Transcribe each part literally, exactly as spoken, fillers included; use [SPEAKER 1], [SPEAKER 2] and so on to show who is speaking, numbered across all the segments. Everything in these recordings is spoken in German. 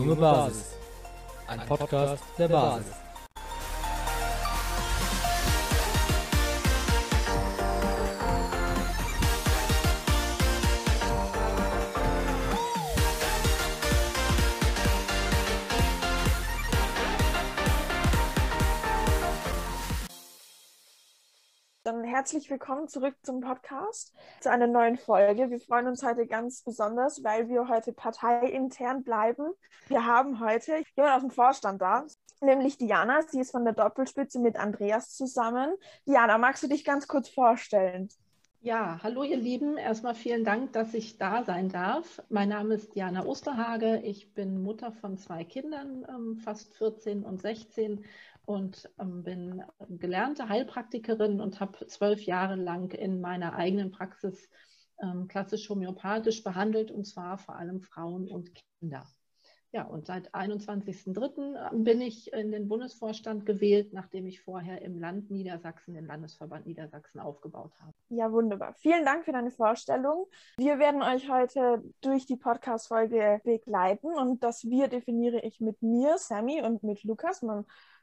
[SPEAKER 1] Junge Basis, ein Podcast der Basis.
[SPEAKER 2] Dann herzlich willkommen zurück zum Podcast, zu einer neuen Folge. Wir freuen uns heute ganz besonders, weil wir heute parteiintern bleiben. Wir haben heute jemanden aus dem Vorstand da, nämlich Diana. Sie ist von der Doppelspitze mit Andreas zusammen. Diana, magst du dich ganz kurz vorstellen?
[SPEAKER 3] Ja, hallo ihr Lieben. Erstmal vielen Dank, dass ich da sein darf. Mein Name ist Diana Osterhage. Ich bin Mutter von zwei Kindern, ähm, fast vierzehn und sechzehn. Und ähm, bin gelernte Heilpraktikerin und habe zwölf Jahre lang in meiner eigenen Praxis ähm, klassisch homöopathisch behandelt, und zwar vor allem Frauen und Kinder. Ja, und seit einundzwanzigsten dritten bin ich in den Bundesvorstand gewählt, nachdem ich vorher im Land Niedersachsen, den Landesverband Niedersachsen, aufgebaut habe.
[SPEAKER 2] Ja, wunderbar. Vielen Dank für deine Vorstellung. Wir werden euch heute durch die Podcast-Folge begleiten, und das Wir definiere ich mit mir, Sammy, und mit Lukas, meinem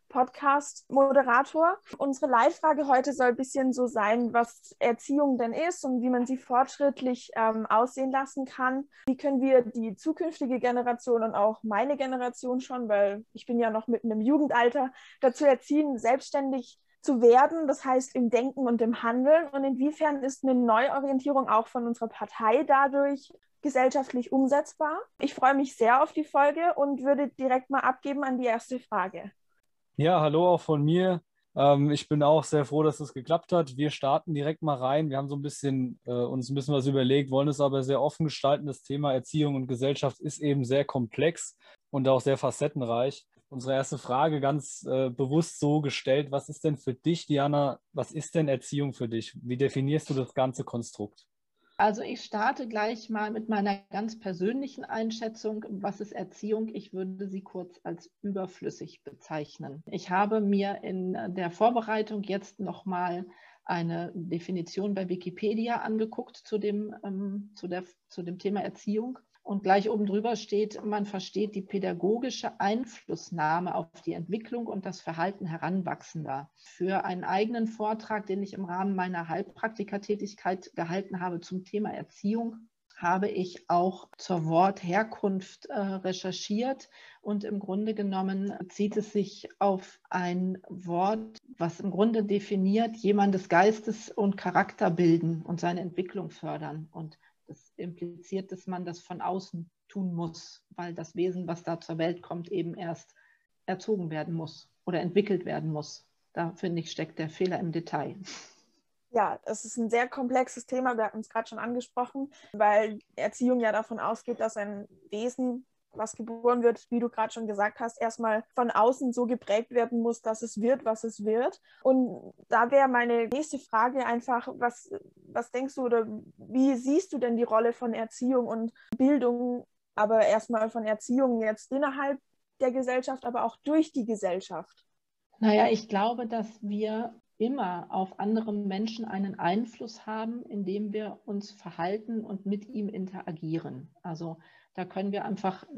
[SPEAKER 2] Podcast-Moderator. Unsere Leitfrage heute soll ein bisschen so sein, was Erziehung denn ist und wie man sie fortschrittlich ähm, aussehen lassen kann. Wie können wir die zukünftige Generation und auch meine Generation schon, weil ich bin ja noch mitten im Jugendalter, dazu erziehen, selbstständig zu werden, das heißt im Denken und im Handeln, und inwiefern ist eine Neuorientierung auch von unserer Partei dadurch gesellschaftlich umsetzbar? Ich freue mich sehr auf die Folge und würde direkt mal abgeben an die erste Frage.
[SPEAKER 4] Ja, hallo auch von mir. Ähm, ich bin auch sehr froh, dass es geklappt hat. Wir starten direkt mal rein. Wir haben so ein bisschen äh, uns ein bisschen was überlegt, wollen es aber sehr offen gestalten. Das Thema Erziehung und Gesellschaft ist eben sehr komplex und auch sehr facettenreich. Unsere erste Frage ganz äh, bewusst so gestellt: Was ist denn für dich, Diana, was ist denn Erziehung für dich? Wie definierst du das ganze Konstrukt?
[SPEAKER 3] Also ich starte gleich mal mit meiner ganz persönlichen Einschätzung. Was ist Erziehung? Ich würde sie kurz als überflüssig bezeichnen. Ich habe mir in der Vorbereitung jetzt nochmal eine Definition bei Wikipedia angeguckt zu dem, ähm, zu der, zu dem Thema Erziehung. Und gleich oben drüber steht, man versteht die pädagogische Einflussnahme auf die Entwicklung und das Verhalten Heranwachsender. Für einen eigenen Vortrag, den ich im Rahmen meiner Heilpraktikertätigkeit gehalten habe zum Thema Erziehung, habe ich auch zur Wortherkunft äh, recherchiert. Und im Grunde genommen zieht es sich auf ein Wort, was im Grunde definiert, jemandes Geistes- und Charakter bilden und seine Entwicklung fördern. Und das impliziert, dass man das von außen tun muss, weil das Wesen, was da zur Welt kommt, eben erst erzogen werden muss oder entwickelt werden muss. Da, finde ich, steckt der Fehler im Detail.
[SPEAKER 2] Ja, das ist ein sehr komplexes Thema. Wir hatten es gerade schon angesprochen, weil Erziehung ja davon ausgeht, dass ein Wesen, was geboren wird, wie du gerade schon gesagt hast, erstmal von außen so geprägt werden muss, dass es wird, was es wird. Und da wäre meine nächste Frage einfach, was, was denkst du oder wie siehst du denn die Rolle von Erziehung und Bildung, aber erstmal von Erziehung jetzt innerhalb der Gesellschaft, aber auch durch die Gesellschaft?
[SPEAKER 3] Naja, ich glaube, dass wir immer auf andere Menschen einen Einfluss haben, indem wir uns verhalten und mit ihm interagieren. Also da können wir einfach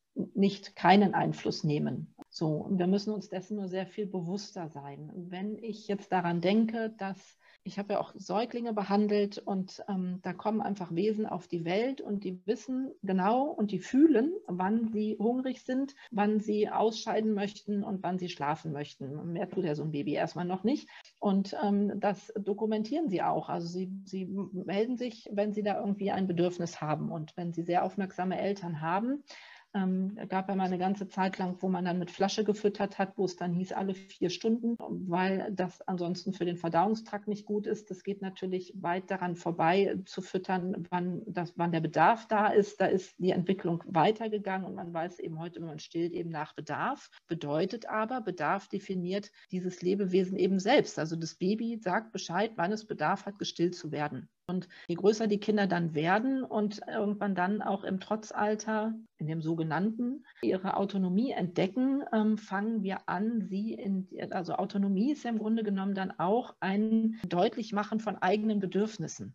[SPEAKER 3] nicht keinen Einfluss nehmen. So, wir müssen uns dessen nur sehr viel bewusster sein. Wenn ich jetzt daran denke, dass ich habe ja auch Säuglinge behandelt, und ähm, da kommen einfach Wesen auf die Welt, und die wissen genau und die fühlen, wann sie hungrig sind, wann sie ausscheiden möchten und wann sie schlafen möchten. Mehr tut ja so ein Baby erstmal noch nicht. Und ähm, das dokumentieren sie auch. Also sie, sie melden sich, wenn sie da irgendwie ein Bedürfnis haben. Und wenn sie sehr aufmerksame Eltern haben, Ähm, gab ja mal eine ganze Zeit lang, wo man dann mit Flasche gefüttert hat, wo es dann hieß, alle vier Stunden, weil das ansonsten für den Verdauungstrakt nicht gut ist. Das geht natürlich weit daran vorbei, zu füttern, wann, das, wann der Bedarf da ist. Da ist die Entwicklung weitergegangen, und man weiß eben heute, wenn man stillt, eben nach Bedarf. Bedeutet aber, Bedarf definiert dieses Lebewesen eben selbst. Also das Baby sagt Bescheid, wann es Bedarf hat, gestillt zu werden. Und je größer die Kinder dann werden und irgendwann dann auch im Trotzalter, in dem sogenannten, ihre Autonomie entdecken, ähm, fangen wir an, sie in, also Autonomie ist ja im Grunde genommen dann auch ein Deutlichmachen von eigenen Bedürfnissen.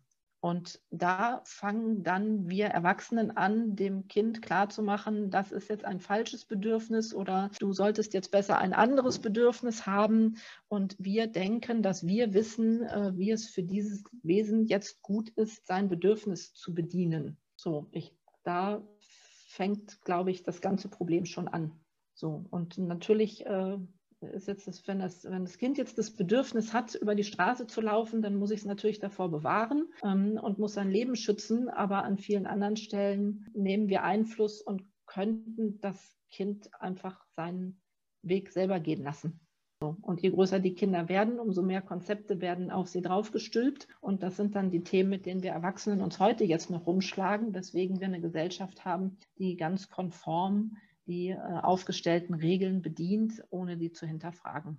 [SPEAKER 3] Und da fangen dann wir Erwachsenen an, dem Kind klarzumachen, das ist jetzt ein falsches Bedürfnis oder du solltest jetzt besser ein anderes Bedürfnis haben. Und wir denken, dass wir wissen, wie es für dieses Wesen jetzt gut ist, sein Bedürfnis zu bedienen. So, ich, da fängt, glaube ich, das ganze Problem schon an. So, und natürlich äh, ist jetzt das, wenn das, wenn das Kind jetzt das Bedürfnis hat, über die Straße zu laufen, dann muss ich es natürlich davor bewahren ähm, und muss sein Leben schützen. Aber an vielen anderen Stellen nehmen wir Einfluss und könnten das Kind einfach seinen Weg selber gehen lassen. So. Und je größer die Kinder werden, umso mehr Konzepte werden auf sie draufgestülpt. Und das sind dann die Themen, mit denen wir Erwachsenen uns heute jetzt noch rumschlagen, weswegen wir eine Gesellschaft haben, die ganz konform die äh, aufgestellten Regeln bedient, ohne die zu hinterfragen.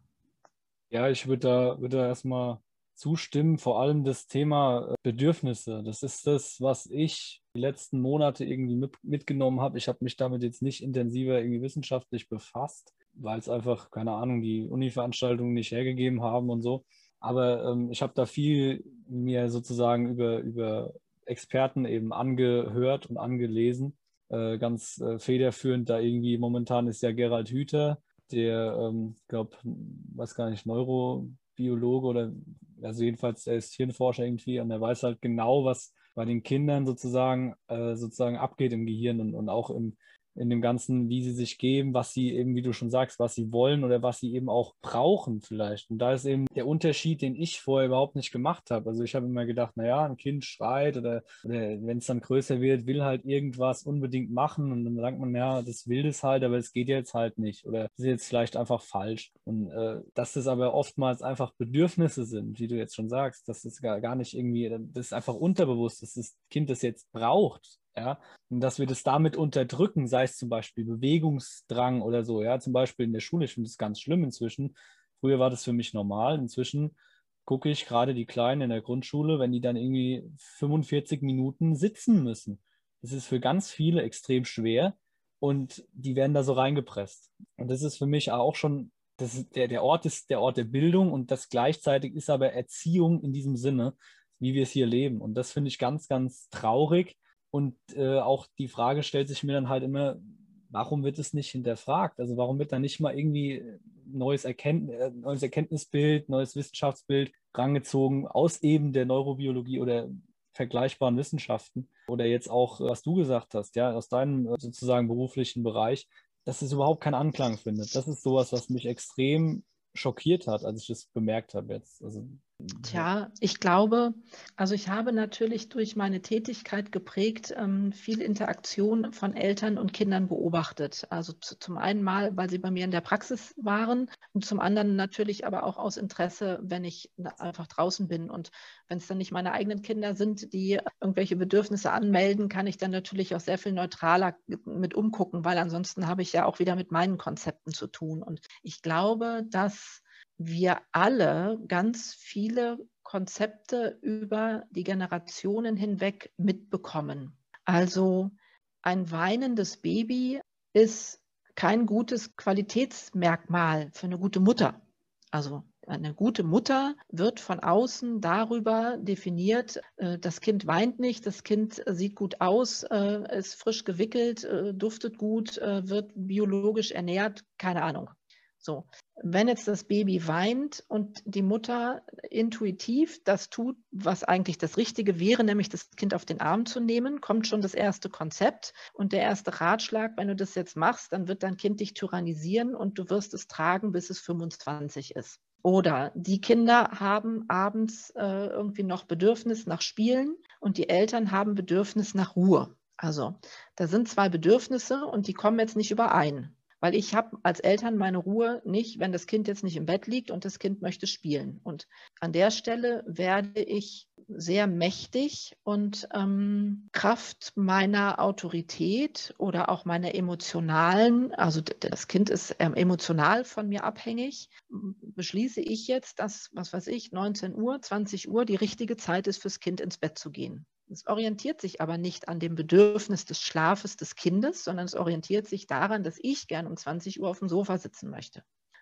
[SPEAKER 4] Ja, ich würde da, würde da erstmal zustimmen, vor allem das Thema Bedürfnisse. Das ist das, was ich die letzten Monate irgendwie mit, mitgenommen habe. Ich habe mich damit jetzt nicht intensiver irgendwie wissenschaftlich befasst, weil es einfach, keine Ahnung, die Uni-Veranstaltungen nicht hergegeben haben und so. Aber ähm, ich habe da viel mir sozusagen über, über Experten eben angehört und angelesen. Äh, ganz äh, federführend da irgendwie momentan ist ja Gerald Hüther, der, ähm, ich glaube, weiß gar nicht, Neurobiologe oder, also jedenfalls, er ist Hirnforscher irgendwie und er weiß halt genau, was bei den Kindern sozusagen, äh, sozusagen abgeht im Gehirn und, und auch im, in dem Ganzen, wie sie sich geben, was sie eben, wie du schon sagst, was sie wollen oder was sie eben auch brauchen vielleicht. Und da ist eben der Unterschied, den ich vorher überhaupt nicht gemacht habe. Also ich habe immer gedacht, naja, ein Kind schreit oder, oder wenn es dann größer wird, will halt irgendwas unbedingt machen und dann sagt man, ja, das will das halt, aber es geht jetzt halt nicht oder ist jetzt vielleicht einfach falsch. Und äh, dass das aber oftmals einfach Bedürfnisse sind, wie du jetzt schon sagst, dass das gar, gar nicht irgendwie, das ist einfach unterbewusst, dass das Kind das jetzt braucht. Ja, und dass wir das damit unterdrücken, sei es zum Beispiel Bewegungsdrang oder so, ja, zum Beispiel in der Schule, ich finde das ganz schlimm inzwischen. Früher war das für mich normal, inzwischen gucke ich gerade die Kleinen in der Grundschule, wenn die dann irgendwie fünfundvierzig Minuten sitzen müssen. Das ist für ganz viele extrem schwer und die werden da so reingepresst. Und das ist für mich auch schon, das ist, der, der Ort ist der Ort der Bildung und das gleichzeitig ist aber Erziehung in diesem Sinne, wie wir es hier leben. Und das finde ich ganz, ganz traurig. Und äh, auch die Frage stellt sich mir dann halt immer, warum wird es nicht hinterfragt? Also warum wird da nicht mal irgendwie neues, Erkennt äh, neues Erkenntnisbild, neues Wissenschaftsbild rangezogen aus eben der Neurobiologie oder vergleichbaren Wissenschaften? Oder jetzt auch, was du gesagt hast, ja, aus deinem äh, sozusagen beruflichen Bereich, dass es überhaupt keinen Anklang findet. Das ist sowas, was mich extrem schockiert hat, als ich das bemerkt habe jetzt. Also,
[SPEAKER 3] Tja, ich glaube, also ich habe natürlich durch meine Tätigkeit geprägt ähm, viel Interaktion von Eltern und Kindern beobachtet. Also zu, zum einen mal, weil sie bei mir in der Praxis waren und zum anderen natürlich aber auch aus Interesse, wenn ich einfach draußen bin. Und wenn es dann nicht meine eigenen Kinder sind, die irgendwelche Bedürfnisse anmelden, kann ich dann natürlich auch sehr viel neutraler mit umgucken, weil ansonsten habe ich ja auch wieder mit meinen Konzepten zu tun. Und ich glaube, dass wir alle ganz viele Konzepte über die Generationen hinweg mitbekommen. Also ein weinendes Baby ist kein gutes Qualitätsmerkmal für eine gute Mutter. Also eine gute Mutter wird von außen darüber definiert, das Kind weint nicht, das Kind sieht gut aus, ist frisch gewickelt, duftet gut, wird biologisch ernährt, keine Ahnung. So, wenn jetzt das Baby weint und die Mutter intuitiv das tut, was eigentlich das Richtige wäre, nämlich das Kind auf den Arm zu nehmen, kommt schon das erste Konzept und der erste Ratschlag, wenn du das jetzt machst, dann wird dein Kind dich tyrannisieren und du wirst es tragen, bis es fünfundzwanzig ist. Oder die Kinder haben abends äh, irgendwie noch Bedürfnis nach Spielen und die Eltern haben Bedürfnis nach Ruhe. Also da sind zwei Bedürfnisse und die kommen jetzt nicht überein. Weil ich habe als Eltern meine Ruhe nicht, wenn das Kind jetzt nicht im Bett liegt und das Kind möchte spielen. Und an der Stelle werde ich sehr mächtig und ähm, Kraft meiner Autorität oder auch meiner emotionalen, also das Kind ist ähm, emotional von mir abhängig, beschließe ich jetzt, dass, was weiß ich, neunzehn Uhr, zwanzig Uhr die richtige Zeit ist, fürs Kind ins Bett zu gehen. Es orientiert sich aber nicht an dem Bedürfnis des Schlafes des Kindes, sondern es orientiert sich daran, dass ich gern um zwanzig Uhr auf dem Sofa sitzen möchte.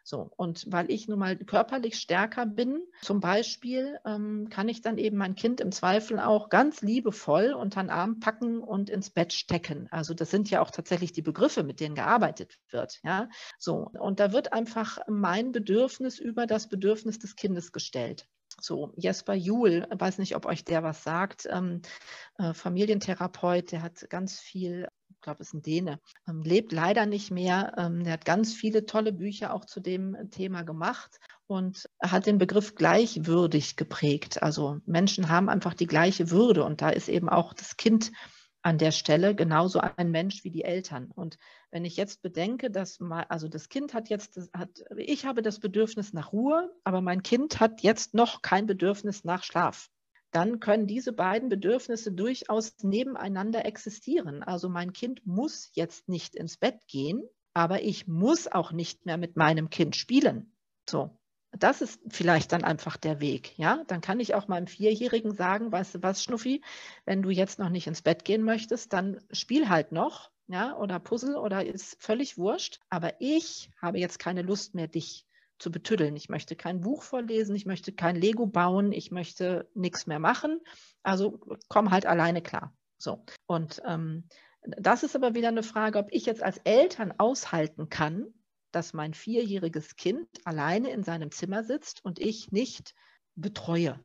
[SPEAKER 3] So, und weil ich nun mal körperlich stärker bin, zum Beispiel, ähm, kann ich dann eben mein Kind im Zweifel auch ganz liebevoll unter den Arm packen und ins Bett stecken. Also das sind ja auch tatsächlich die Begriffe, mit denen gearbeitet wird. Ja? So, und da wird einfach mein Bedürfnis über das Bedürfnis des Kindes gestellt. So, Jesper Juhl, weiß nicht, ob euch der was sagt, ähm, äh, Familientherapeut, der hat ganz viel, ich glaube, ist ein Däne, ähm, lebt leider nicht mehr. Ähm, der hat ganz viele tolle Bücher auch zu dem Thema gemacht und hat den Begriff gleichwürdig geprägt. Also Menschen haben einfach die gleiche Würde und da ist eben auch das Kind an der Stelle genauso ein Mensch wie die Eltern. Und wenn ich jetzt bedenke, dass mal, also das Kind hat jetzt, hat, ich habe das Bedürfnis nach Ruhe, aber mein Kind hat jetzt noch kein Bedürfnis nach Schlaf, dann können diese beiden Bedürfnisse durchaus nebeneinander existieren. Also mein Kind muss jetzt nicht ins Bett gehen, aber ich muss auch nicht mehr mit meinem Kind spielen. So. Das ist vielleicht dann einfach der Weg. Ja? Dann kann ich auch meinem Vierjährigen sagen, weißt du was, Schnuffi, wenn du jetzt noch nicht ins Bett gehen möchtest, dann spiel halt noch, ja, oder Puzzle oder ist völlig wurscht. Aber ich habe jetzt keine Lust mehr, dich zu betüddeln. Ich möchte kein Buch vorlesen, ich möchte kein Lego bauen, ich möchte nichts mehr machen. Also komm halt alleine klar. So. Und ähm, das ist aber wieder eine Frage, ob ich jetzt als Eltern aushalten kann, dass mein vierjähriges Kind alleine in seinem Zimmer sitzt und ich nicht betreue.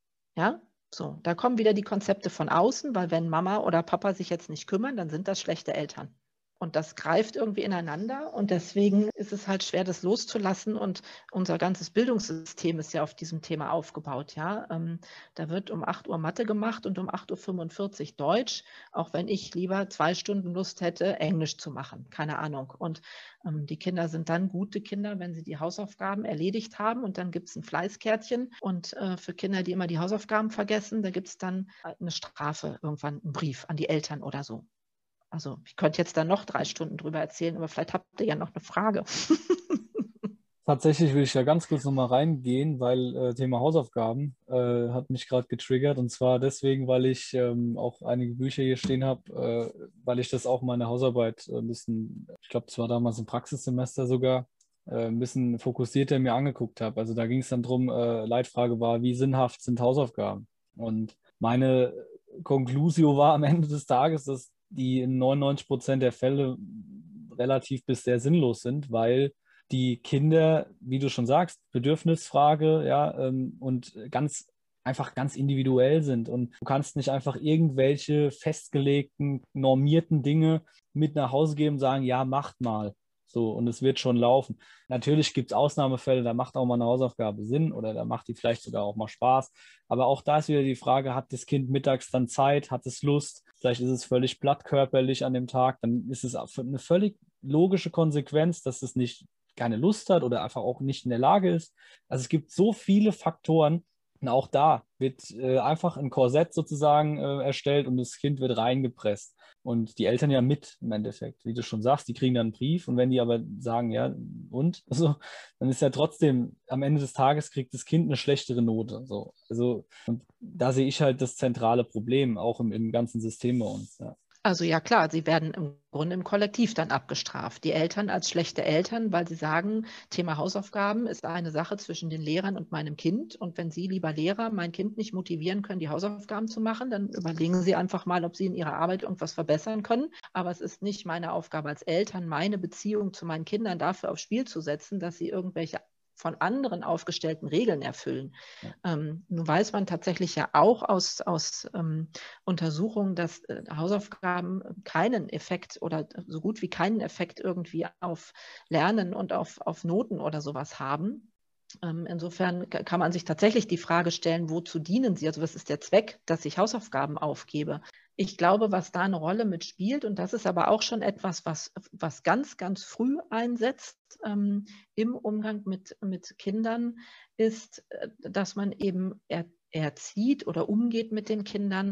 [SPEAKER 3] Ja, so, da kommen wieder die Konzepte von außen, weil wenn Mama oder Papa sich jetzt nicht kümmern, dann sind das schlechte Eltern. Und das greift irgendwie ineinander und deswegen ist es halt schwer, das loszulassen und unser ganzes Bildungssystem ist ja auf diesem Thema aufgebaut. Ja? Ähm, da wird um acht Uhr Mathe gemacht und um acht Uhr fünfundvierzig Deutsch, auch wenn ich lieber zwei Stunden Lust hätte, Englisch zu machen. Keine Ahnung. Und ähm, die Kinder sind dann gute Kinder, wenn sie die Hausaufgaben erledigt haben und dann gibt es ein Fleißkärtchen und äh, für Kinder, die immer die Hausaufgaben vergessen, da gibt es dann eine Strafe, irgendwann einen Brief an die Eltern oder so. Also ich könnte jetzt da noch drei Stunden drüber erzählen, aber vielleicht habt ihr ja noch eine Frage.
[SPEAKER 4] Tatsächlich will ich ja ganz kurz nochmal reingehen, weil äh, Thema Hausaufgaben äh, hat mich gerade getriggert und zwar deswegen, weil ich ähm, auch einige Bücher hier stehen habe, äh, weil ich das auch meine Hausarbeit äh, ein bisschen, ich glaube, es war damals ein Praxissemester sogar, äh, ein bisschen fokussierter mir angeguckt habe. Also da ging es dann drum, äh, Leitfrage war, wie sinnhaft sind Hausaufgaben? Und meine Conclusio war am Ende des Tages, dass die in neunundneunzig Prozent der Fälle relativ bis sehr sinnlos sind, weil die Kinder, wie du schon sagst, Bedürfnisfrage, ja, ähm, und ganz einfach ganz individuell sind. Und du kannst nicht einfach irgendwelche festgelegten, normierten Dinge mit nach Hause geben und sagen, ja, macht mal. So, und es wird schon laufen. Natürlich gibt es Ausnahmefälle, da macht auch mal eine Hausaufgabe Sinn oder da macht die vielleicht sogar auch mal Spaß. Aber auch da ist wieder die Frage, hat das Kind mittags dann Zeit, hat es Lust? Vielleicht ist es völlig platt körperlich an dem Tag. Dann ist es eine völlig logische Konsequenz, dass es nicht keine Lust hat oder einfach auch nicht in der Lage ist. Also es gibt so viele Faktoren. Und auch da wird äh, einfach ein Korsett sozusagen äh, erstellt und das Kind wird reingepresst. Und die Eltern ja mit im Endeffekt, wie du schon sagst, die kriegen dann einen Brief und wenn die aber sagen, ja, und? Also, dann ist ja trotzdem, am Ende des Tages kriegt das Kind eine schlechtere Note. So. Also, und da sehe ich halt das zentrale Problem, auch im, im ganzen System bei uns. Ja.
[SPEAKER 3] Also ja klar, sie werden im Grunde im Kollektiv dann abgestraft. Die Eltern als schlechte Eltern, weil sie sagen, Thema Hausaufgaben ist eine Sache zwischen den Lehrern und meinem Kind. Und wenn Sie, lieber Lehrer, mein Kind nicht motivieren können, die Hausaufgaben zu machen, dann überlegen Sie einfach mal, ob Sie in Ihrer Arbeit irgendwas verbessern können. Aber es ist nicht meine Aufgabe als Eltern, meine Beziehung zu meinen Kindern dafür aufs Spiel zu setzen, dass sie irgendwelche von anderen aufgestellten Regeln erfüllen. Ja. Ähm, nun weiß man tatsächlich ja auch aus, aus ähm, Untersuchungen, dass äh, Hausaufgaben keinen Effekt oder so gut wie keinen Effekt irgendwie auf Lernen und auf, auf Noten oder sowas haben. Ähm, insofern kann man sich tatsächlich die Frage stellen, wozu dienen sie? Also was ist der Zweck, dass ich Hausaufgaben aufgebe? Ich glaube, was da eine Rolle mitspielt, und das ist aber auch schon etwas, was, was ganz, ganz früh einsetzt ähm, im Umgang mit, mit Kindern, ist, dass man eben er, erzieht oder umgeht mit den Kindern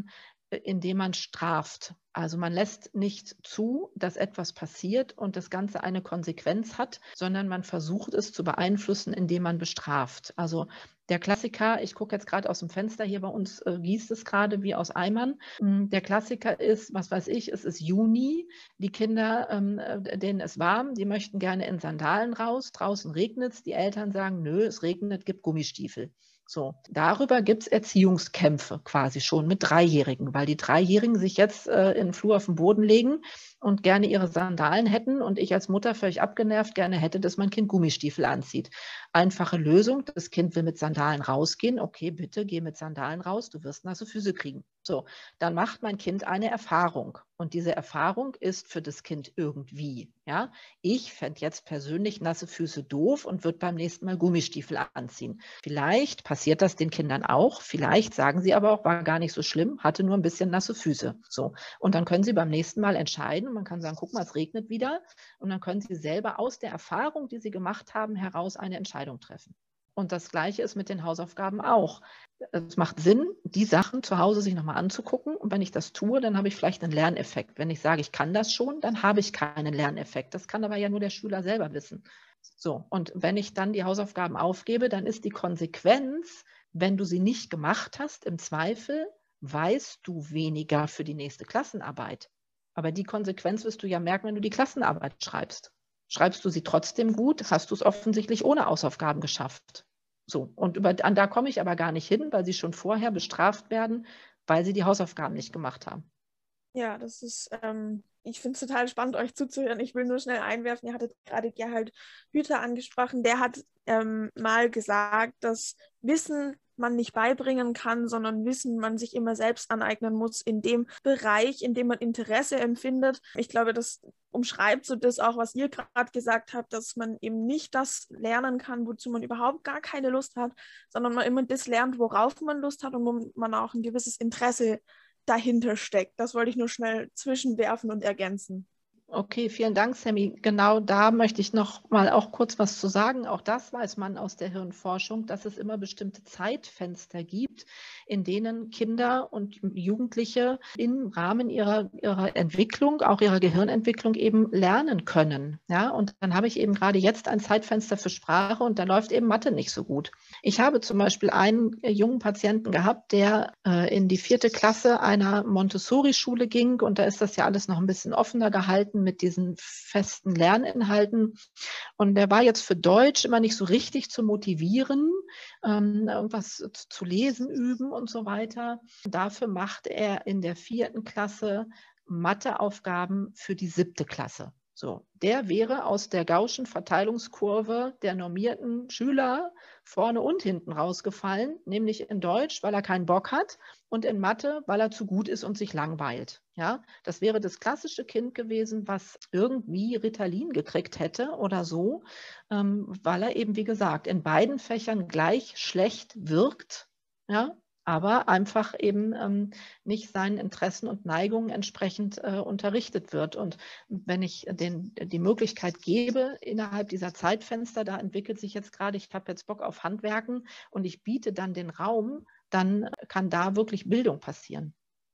[SPEAKER 3] indem man straft. Also man lässt nicht zu, dass etwas passiert und das Ganze eine Konsequenz hat, sondern man versucht es zu beeinflussen, indem man bestraft. Also der Klassiker, ich gucke jetzt gerade aus dem Fenster, hier bei uns äh, gießt es gerade wie aus Eimern. Der Klassiker ist, was weiß ich, es ist Juni, die Kinder, ähm, denen ist warm, die möchten gerne in Sandalen raus, draußen regnet es, die Eltern sagen, nö, es regnet, gib Gummistiefel. So, darüber gibt es Erziehungskämpfe quasi schon mit Dreijährigen, weil die Dreijährigen sich jetzt äh, in den Flur auf den Boden legen und gerne ihre Sandalen hätten und ich als Mutter völlig abgenervt gerne hätte, dass mein Kind Gummistiefel anzieht. Einfache Lösung, das Kind will mit Sandalen rausgehen, okay, bitte geh mit Sandalen raus, du wirst nasse Füße kriegen. So, dann macht mein Kind eine Erfahrung und diese Erfahrung ist für das Kind irgendwie. Ja? Ich fände jetzt persönlich nasse Füße doof und würde beim nächsten Mal Gummistiefel anziehen. Vielleicht passiert das den Kindern auch, vielleicht sagen sie aber auch, war gar nicht so schlimm, hatte nur ein bisschen nasse Füße. So, und dann können sie beim nächsten Mal entscheiden und man kann sagen, guck mal, es regnet wieder und dann können sie selber aus der Erfahrung, die sie gemacht haben, heraus eine Entscheidung treffen. Und das Gleiche ist mit den Hausaufgaben auch. Es macht Sinn, die Sachen zu Hause sich nochmal anzugucken. Und wenn ich das tue, dann habe ich vielleicht einen Lerneffekt. Wenn ich sage, ich kann das schon, dann habe ich keinen Lerneffekt. Das kann aber ja nur der Schüler selber wissen. So, und wenn ich dann die Hausaufgaben aufgebe, dann ist die Konsequenz, wenn du sie nicht gemacht hast, im Zweifel weißt du weniger für die nächste Klassenarbeit. Aber die Konsequenz wirst du ja merken, wenn du die Klassenarbeit schreibst. Schreibst du sie trotzdem gut, hast du es offensichtlich ohne Hausaufgaben geschafft. So, und über, an da komme ich aber gar nicht hin, weil sie schon vorher bestraft werden, weil sie die Hausaufgaben nicht gemacht haben.
[SPEAKER 2] Ja, das ist, ähm, ich finde es total spannend, euch zuzuhören. Ich will nur schnell einwerfen, ihr hattet gerade Gerhard Hüther angesprochen, der hat ähm, mal gesagt, dass Wissen man nicht beibringen kann, sondern Wissen man sich immer selbst aneignen muss in dem Bereich, in dem man Interesse empfindet. Ich glaube, das umschreibt so das auch, was ihr gerade gesagt habt, dass man eben nicht das lernen kann, wozu man überhaupt gar keine Lust hat, sondern man immer das lernt, worauf man Lust hat und wo man auch ein gewisses Interesse dahinter steckt. Das wollte ich nur schnell zwischenwerfen und ergänzen.
[SPEAKER 3] Okay, vielen Dank, Sammy. Genau da möchte ich noch mal auch kurz was zu sagen. Auch das weiß man aus der Hirnforschung, dass es immer bestimmte Zeitfenster gibt, in denen Kinder und Jugendliche im Rahmen ihrer, ihrer Entwicklung, auch ihrer Gehirnentwicklung eben lernen können. Ja, und dann habe ich eben gerade jetzt ein Zeitfenster für Sprache und da läuft eben Mathe nicht so gut. Ich habe zum Beispiel einen jungen Patienten gehabt, der äh, in die vierte Klasse einer Montessori-Schule ging und da ist das ja alles noch ein bisschen offener gehalten mit diesen festen Lerninhalten. Und der war jetzt für Deutsch immer nicht so richtig zu motivieren, ähm, irgendwas zu lesen üben und so weiter. Dafür macht er in der vierten Klasse Matheaufgaben für die siebte Klasse. So, der wäre aus der Gaußschen Verteilungskurve der normierten Schüler vorne und hinten rausgefallen, nämlich in Deutsch, weil er keinen Bock hat und in Mathe, weil er zu gut ist und sich langweilt. Ja, das wäre das klassische Kind gewesen, was irgendwie Ritalin gekriegt hätte oder so, ähm, weil er eben, wie gesagt, in beiden Fächern gleich schlecht wirkt, ja, aber einfach eben ähm, nicht seinen Interessen und Neigungen entsprechend äh, unterrichtet wird. Und wenn ich den, die Möglichkeit gebe, innerhalb dieser Zeitfenster, da entwickelt sich jetzt gerade, ich habe jetzt Bock auf Handwerken und ich biete dann den Raum, dann kann da wirklich Bildung passieren.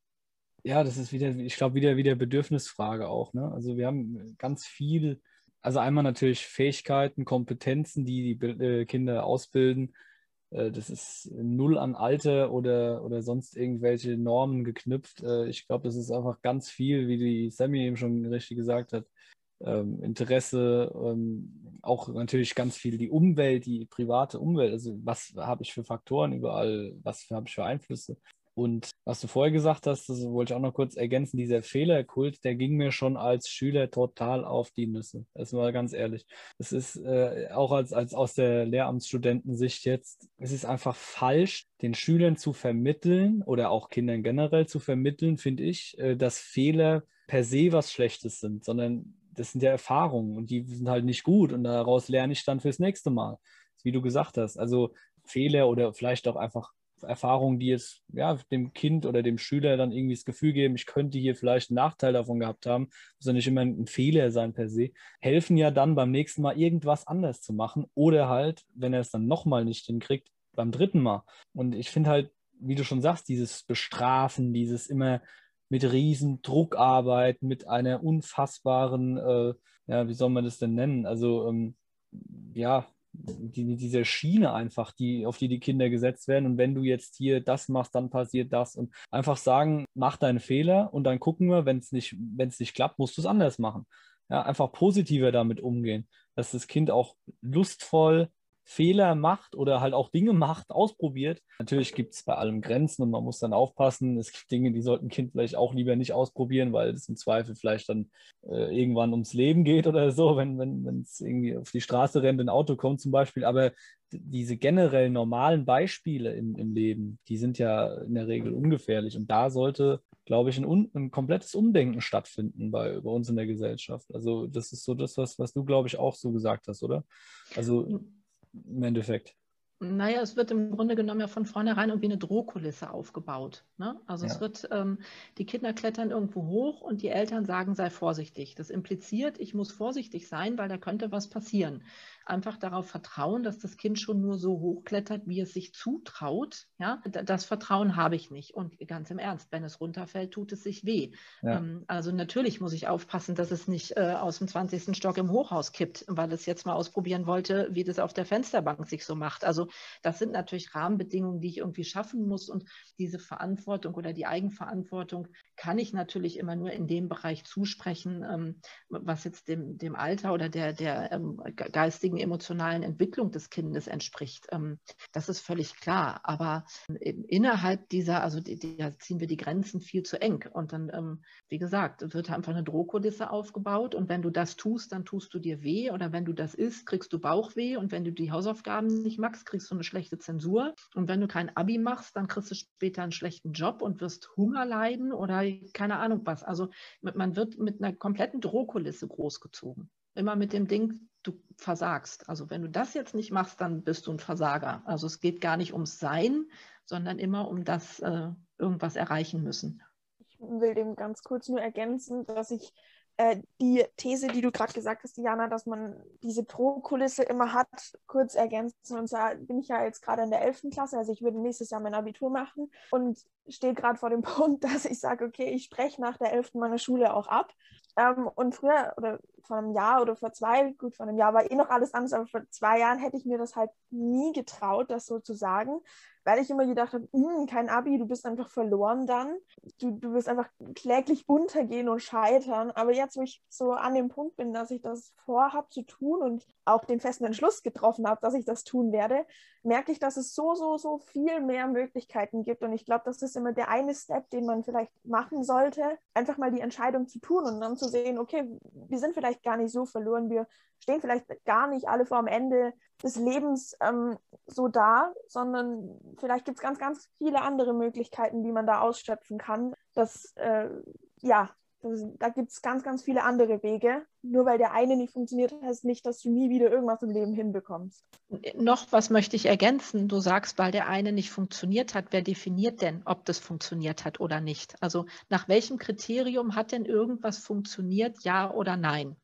[SPEAKER 4] Ja, das ist wieder, ich glaube, wieder wieder Bedürfnisfrage auch, ne? Also wir haben ganz viel, also einmal natürlich Fähigkeiten, Kompetenzen, die die äh, Kinder ausbilden. Das ist null an Alter oder, oder sonst irgendwelche Normen geknüpft. Ich glaube, das ist einfach ganz viel, wie die Sammy eben schon richtig gesagt hat. Ähm, Interesse, ähm, auch natürlich ganz viel die Umwelt, die private Umwelt. Also was habe ich für Faktoren überall, was habe ich für Einflüsse? Und was du vorher gesagt hast, das wollte ich auch noch kurz ergänzen, dieser Fehlerkult, der ging mir schon als Schüler total auf die Nüsse. Das war ganz ehrlich. Es ist äh, auch als, als aus der Lehramtsstudentensicht jetzt, es ist einfach falsch, den Schülern zu vermitteln oder auch Kindern generell zu vermitteln, finde ich, äh, dass Fehler per se was Schlechtes sind, sondern das sind ja Erfahrungen und die sind halt nicht gut und daraus lerne ich dann fürs nächste Mal, wie du gesagt hast. Also Fehler oder vielleicht auch einfach Erfahrungen, die jetzt ja, dem Kind oder dem Schüler dann irgendwie das Gefühl geben, ich könnte hier vielleicht einen Nachteil davon gehabt haben, muss ja nicht immer ein Fehler sein per se, helfen ja dann beim nächsten Mal irgendwas anders zu machen oder halt, wenn er es dann nochmal nicht hinkriegt, beim dritten Mal. Und ich finde halt, wie du schon sagst, dieses Bestrafen, dieses immer mit riesen Druck arbeiten, mit einer unfassbaren, äh, ja, wie soll man das denn nennen? Also, ähm, ja, die, diese Schiene einfach, die, auf die die Kinder gesetzt werden. Und wenn du jetzt hier das machst, dann passiert das. Und einfach sagen, mach deinen Fehler und dann gucken wir, wenn es nicht, wenn es nicht klappt, musst du es anders machen. Ja, einfach positiver damit umgehen, dass das Kind auch lustvoll Fehler macht oder halt auch Dinge macht, ausprobiert. Natürlich gibt es bei allem Grenzen und man muss dann aufpassen. Es gibt Dinge, die sollten ein Kind vielleicht auch lieber nicht ausprobieren, weil es im Zweifel vielleicht dann äh, irgendwann ums Leben geht oder so, wenn wenn wenn es irgendwie auf die Straße rennt, ein Auto kommt zum Beispiel. Aber diese generell normalen Beispiele im, im Leben, die sind ja in der Regel ungefährlich. Und da sollte, glaube ich, ein, ein komplettes Umdenken stattfinden bei, bei uns in der Gesellschaft. Also das ist so das, was, was du, glaube ich, auch so gesagt hast, oder? Also im Endeffekt.
[SPEAKER 3] Naja, es wird im Grunde genommen ja von vornherein irgendwie eine Drohkulisse aufgebaut. Ne? Also
[SPEAKER 4] Ja.
[SPEAKER 3] es wird, ähm, die Kinder klettern irgendwo hoch und die Eltern sagen, sei vorsichtig. Das impliziert, ich muss vorsichtig sein, weil da könnte was passieren. Einfach darauf vertrauen, dass das Kind schon nur so hochklettert, wie es sich zutraut. Ja? Das Vertrauen habe ich nicht. Und ganz im Ernst, wenn es runterfällt, tut es sich weh.
[SPEAKER 4] Ja.
[SPEAKER 3] Ähm, also natürlich muss ich aufpassen, dass es nicht äh, aus dem zwanzigsten Stock im Hochhaus kippt, weil es jetzt mal ausprobieren wollte, wie das auf der Fensterbank sich so macht. Also das sind natürlich Rahmenbedingungen, die ich irgendwie schaffen muss. Und diese Verantwortung oder die Eigenverantwortung kann ich natürlich immer nur in dem Bereich zusprechen, ähm, was jetzt dem, dem Alter oder der, der ähm, geistigen, emotionalen Entwicklung des Kindes entspricht. Ähm, das ist völlig klar. Aber innerhalb dieser, also die, die, da ziehen wir die Grenzen viel zu eng. Und dann, ähm, wie gesagt, wird einfach eine Drohkulisse aufgebaut. Und wenn du das tust, dann tust du dir weh. Oder wenn du das isst, kriegst du Bauchweh. Und wenn du die Hausaufgaben nicht magst, kriegst du eine schlechte Zensur. Und wenn du kein Abi machst, dann kriegst du später einen schlechten Job und wirst Hunger leiden oder keine Ahnung was. Also man wird mit einer kompletten Drohkulisse großgezogen. Immer mit dem Ding, du versagst. Also wenn du das jetzt nicht machst, dann bist du ein Versager. Also es geht gar nicht ums Sein, sondern immer um das äh, irgendwas erreichen müssen.
[SPEAKER 2] Ich will dem ganz kurz nur ergänzen, dass ich äh, die These, die du gerade gesagt hast, Diana, dass man diese Drohkulisse immer hat, kurz ergänzen. Und zwar bin ich ja jetzt gerade in der elften Klasse, also ich würde nächstes Jahr mein Abitur machen und stehe gerade vor dem Punkt, dass ich sage, okay, ich spreche nach der elften meine Schule auch ab. Ähm, und früher oder vor einem Jahr oder vor zwei, gut, vor einem Jahr war eh noch alles anders, aber vor zwei Jahren hätte ich mir das halt nie getraut, das so zu sagen, weil ich immer gedacht habe, kein Abi, du bist einfach verloren dann. Du, du wirst einfach kläglich untergehen und scheitern. Aber jetzt, wo ich so an dem Punkt bin, dass ich das vorhabe zu tun und auch den festen Entschluss getroffen habe, dass ich das tun werde, merke ich, dass es so, so, so viel mehr Möglichkeiten gibt. Und ich glaube, das ist immer der eine Step, den man vielleicht machen sollte, einfach mal die Entscheidung zu tun und dann zu sehen, okay, wir sind vielleicht gar nicht so verloren, wir stehen vielleicht gar nicht alle vor am Ende des Lebens ähm, so da, sondern vielleicht gibt es ganz, ganz viele andere Möglichkeiten, die man da ausschöpfen kann. Das, äh, ja, das, da gibt es ganz, ganz viele andere Wege. Nur weil der eine nicht funktioniert, heißt nicht, dass du nie wieder irgendwas im Leben hinbekommst.
[SPEAKER 3] Noch was möchte ich ergänzen. Du sagst, weil der eine nicht funktioniert hat. Wer definiert denn, ob das funktioniert hat oder nicht? Also nach welchem Kriterium hat denn irgendwas funktioniert, ja oder nein?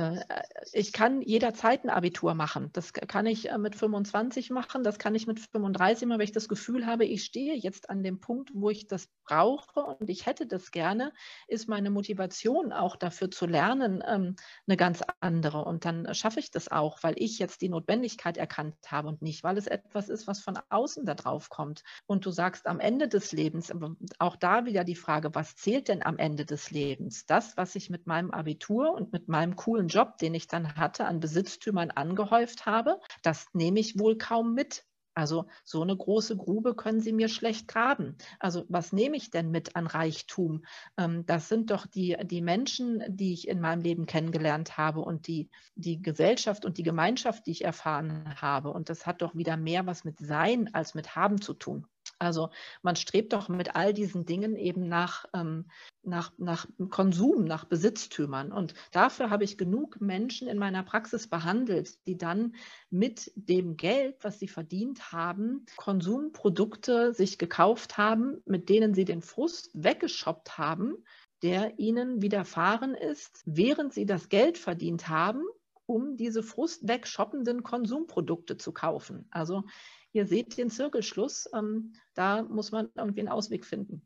[SPEAKER 3] Ich kann jederzeit ein Abitur machen. Das kann ich mit fünfundzwanzig machen, das kann ich mit fünfunddreißig machen, wenn ich das Gefühl habe, ich stehe jetzt an dem Punkt, wo ich das brauche und ich hätte das gerne, ist meine Motivation auch dafür zu lernen eine ganz andere. Und dann schaffe ich das auch, weil ich jetzt die Notwendigkeit erkannt habe und nicht, weil es etwas ist, was von außen da drauf kommt. Und du sagst am Ende des Lebens, auch da wieder die Frage, was zählt denn am Ende des Lebens? Das, was ich mit meinem Abitur und mit meinem coolen Job, den ich dann hatte, an Besitztümern angehäuft habe, das nehme ich wohl kaum mit. Also so eine große Grube können Sie mir schlecht graben. Also was nehme ich denn mit an Reichtum? Das sind doch die, die Menschen, die ich in meinem Leben kennengelernt habe und die, die Gesellschaft und die Gemeinschaft, die ich erfahren habe. Und das hat doch wieder mehr was mit Sein als mit Haben zu tun. Also man strebt doch mit all diesen Dingen eben nach, ähm, nach, nach Konsum, nach Besitztümern. Und dafür habe ich genug Menschen in meiner Praxis behandelt, die dann mit dem Geld, was sie verdient haben, Konsumprodukte sich gekauft haben, mit denen sie den Frust weggeschoppt haben, der ihnen widerfahren ist, während sie das Geld verdient haben um diese frustweg shoppenden Konsumprodukte zu kaufen. Also ihr seht den Zirkelschluss, ähm, da muss man irgendwie einen Ausweg finden.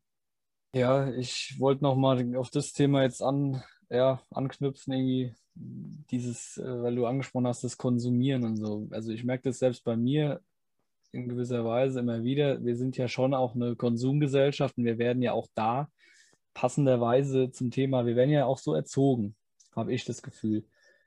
[SPEAKER 4] Ja, ich wollte nochmal auf das Thema jetzt an, ja, anknüpfen, irgendwie dieses, äh, weil du angesprochen hast, das Konsumieren und so. Also ich merke das selbst bei mir in gewisser Weise immer wieder. Wir sind ja schon auch eine Konsumgesellschaft und wir werden ja auch da passenderweise zum Thema, wir werden ja auch so erzogen, habe ich das Gefühl.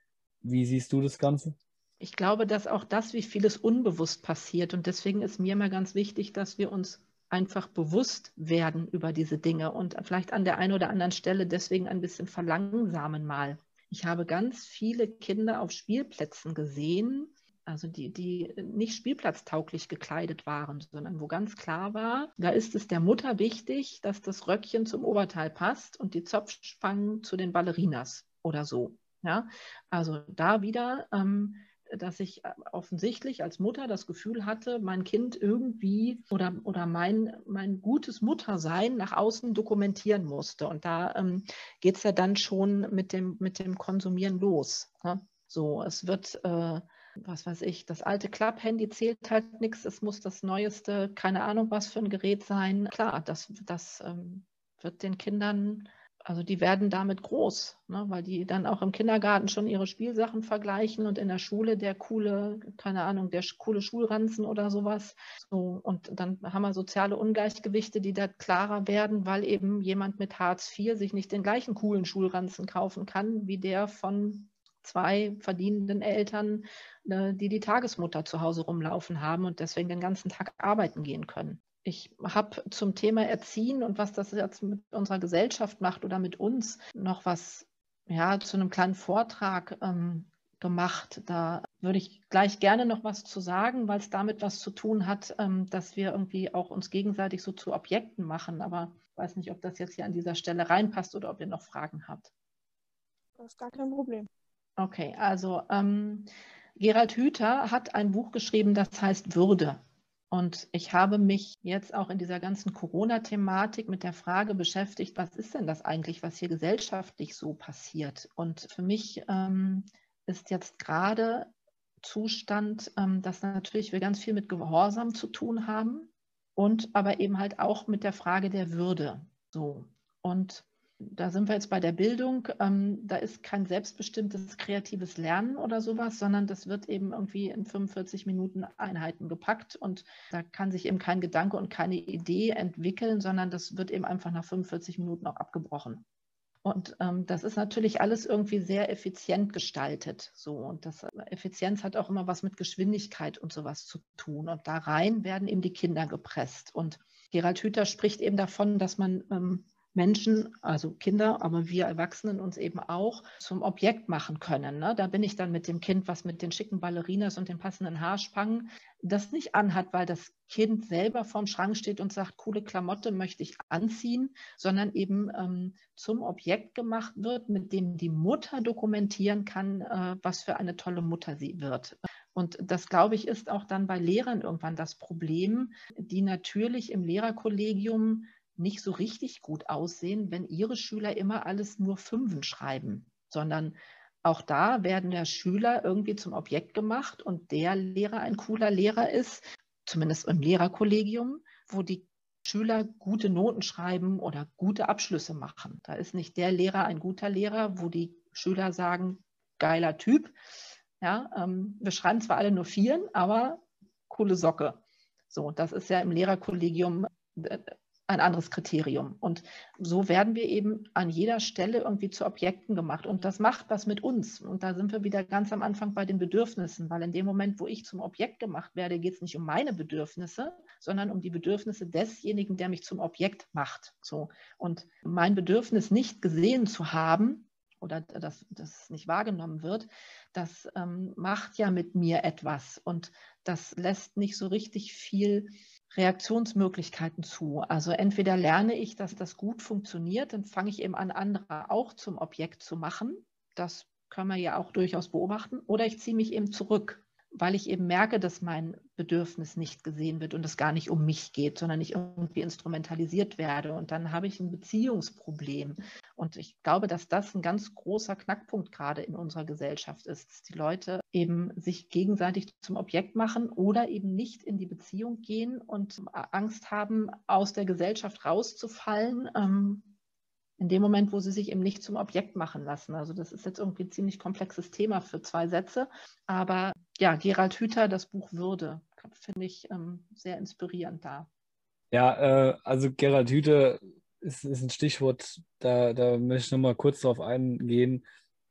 [SPEAKER 4] Wie siehst du das Ganze?
[SPEAKER 3] Ich glaube, dass auch das, wie vieles unbewusst passiert. Und deswegen ist mir immer ganz wichtig, dass wir uns einfach bewusst werden über diese Dinge und vielleicht an der einen oder anderen Stelle deswegen ein bisschen verlangsamen mal. Ich habe ganz viele Kinder auf Spielplätzen gesehen, also die, die nicht spielplatztauglich gekleidet waren, sondern wo ganz klar war, da ist es der Mutter wichtig, dass das Röckchen zum Oberteil passt und die Zopfspangen zu den Ballerinas oder so. Ja? Also da wieder... Ähm, dass ich offensichtlich als Mutter das Gefühl hatte, mein Kind irgendwie oder, oder mein, mein gutes Muttersein nach außen dokumentieren musste. Und da ähm, geht es ja dann schon mit dem, mit dem Konsumieren los. Ne? So, es wird, äh, was weiß ich, das alte Klapp-Handy zählt halt nichts, es muss das neueste, keine Ahnung was für ein Gerät sein. Klar, das, das ähm, wird den Kindern... Also die werden damit groß, ne, weil die dann auch im Kindergarten schon ihre Spielsachen vergleichen und in der Schule der coole, keine Ahnung, der coole Schulranzen oder sowas. So, und dann haben wir soziale Ungleichgewichte, die da klarer werden, weil eben jemand mit Hartz vier sich nicht den gleichen coolen Schulranzen kaufen kann, wie der von zwei verdienenden Eltern, die die Tagesmutter zu Hause rumlaufen haben und deswegen den ganzen Tag arbeiten gehen können. Ich habe zum Thema Erziehen und was das jetzt mit unserer Gesellschaft macht oder mit uns noch was, ja, zu einem kleinen Vortrag ähm, gemacht. Da würde ich gleich gerne noch was zu sagen, weil es damit was zu tun hat, ähm, dass wir irgendwie auch uns gegenseitig so zu Objekten machen. Aber ich weiß nicht, ob das jetzt hier an dieser Stelle reinpasst oder ob ihr noch Fragen habt.
[SPEAKER 2] Das ist gar kein Problem.
[SPEAKER 3] Okay, also ähm, Gerald Hüther hat ein Buch geschrieben, das heißt Würde. Und ich habe mich jetzt auch in dieser ganzen Corona-Thematik mit der Frage beschäftigt, was ist denn das eigentlich, was hier gesellschaftlich so passiert? Und für mich ähm, ist jetzt gerade Zustand, ähm, dass natürlich wir ganz viel mit Gehorsam zu tun haben und aber eben halt auch mit der Frage der Würde. So. Und da sind wir jetzt bei der Bildung, ähm, da ist kein selbstbestimmtes kreatives Lernen oder sowas, sondern das wird eben irgendwie in fünfundvierzig Minuten Einheiten gepackt und da kann sich eben kein Gedanke und keine Idee entwickeln, sondern das wird eben einfach nach fünfundvierzig Minuten auch abgebrochen. Und ähm, das ist natürlich alles irgendwie sehr effizient gestaltet. So. Und das Effizienz hat auch immer was mit Geschwindigkeit und sowas zu tun. Und da rein werden eben die Kinder gepresst. Und Gerald Hüther spricht eben davon, dass man ähm, Menschen, also Kinder, aber wir Erwachsenen uns eben auch zum Objekt machen können. Ne? Da bin ich dann mit dem Kind, was mit den schicken Ballerinas und den passenden Haarspangen das nicht anhat, weil das Kind selber vorm Schrank steht und sagt, coole Klamotte möchte ich anziehen, sondern eben ähm, zum Objekt gemacht wird, mit dem die Mutter dokumentieren kann, äh, was für eine tolle Mutter sie wird. Und das, glaube ich, ist auch dann bei Lehrern irgendwann das Problem, die natürlich im Lehrerkollegium nicht so richtig gut aussehen, wenn ihre Schüler immer alles nur Fünfen schreiben, sondern auch da werden der Schüler irgendwie zum Objekt gemacht und der Lehrer ein cooler Lehrer ist, zumindest im Lehrerkollegium, wo die Schüler gute Noten schreiben oder gute Abschlüsse machen. Da ist nicht der Lehrer ein guter Lehrer, wo die Schüler sagen, geiler Typ. Ja, ähm, wir schreiben zwar alle nur Vieren, aber coole Socke. So, das ist ja im Lehrerkollegium äh, ein anderes Kriterium. Und so werden wir eben an jeder Stelle irgendwie zu Objekten gemacht. Und das macht was mit uns. Und da sind wir wieder ganz am Anfang bei den Bedürfnissen, weil in dem Moment, wo ich zum Objekt gemacht werde, geht es nicht um meine Bedürfnisse, sondern um die Bedürfnisse desjenigen, der mich zum Objekt macht. So. Und mein Bedürfnis, nicht gesehen zu haben, oder dass das nicht wahrgenommen wird, das ähm, macht ja mit mir etwas. Und das lässt nicht so richtig viel Reaktionsmöglichkeiten zu. Also entweder lerne ich, dass das gut funktioniert, dann fange ich eben an, andere auch zum Objekt zu machen. Das können wir ja auch durchaus beobachten. Oder ich ziehe mich eben zurück. weil ich eben merke, dass mein Bedürfnis nicht gesehen wird und es gar nicht um mich geht, sondern ich irgendwie instrumentalisiert werde. Und dann habe ich ein Beziehungsproblem. Und ich glaube, dass das ein ganz großer Knackpunkt gerade in unserer Gesellschaft ist, dass die Leute eben sich gegenseitig zum Objekt machen oder eben nicht in die Beziehung gehen und Angst haben, aus der Gesellschaft rauszufallen, ähm, in dem Moment, wo sie sich eben nicht zum Objekt machen lassen. Also das ist jetzt irgendwie ein ziemlich komplexes Thema für zwei Sätze. Aber ja, Gerald Hüther, das Buch Würde, finde ich ähm, sehr inspirierend da.
[SPEAKER 4] Ja, äh, also Gerald Hüther ist, ist ein Stichwort, da, da möchte ich nochmal kurz drauf eingehen,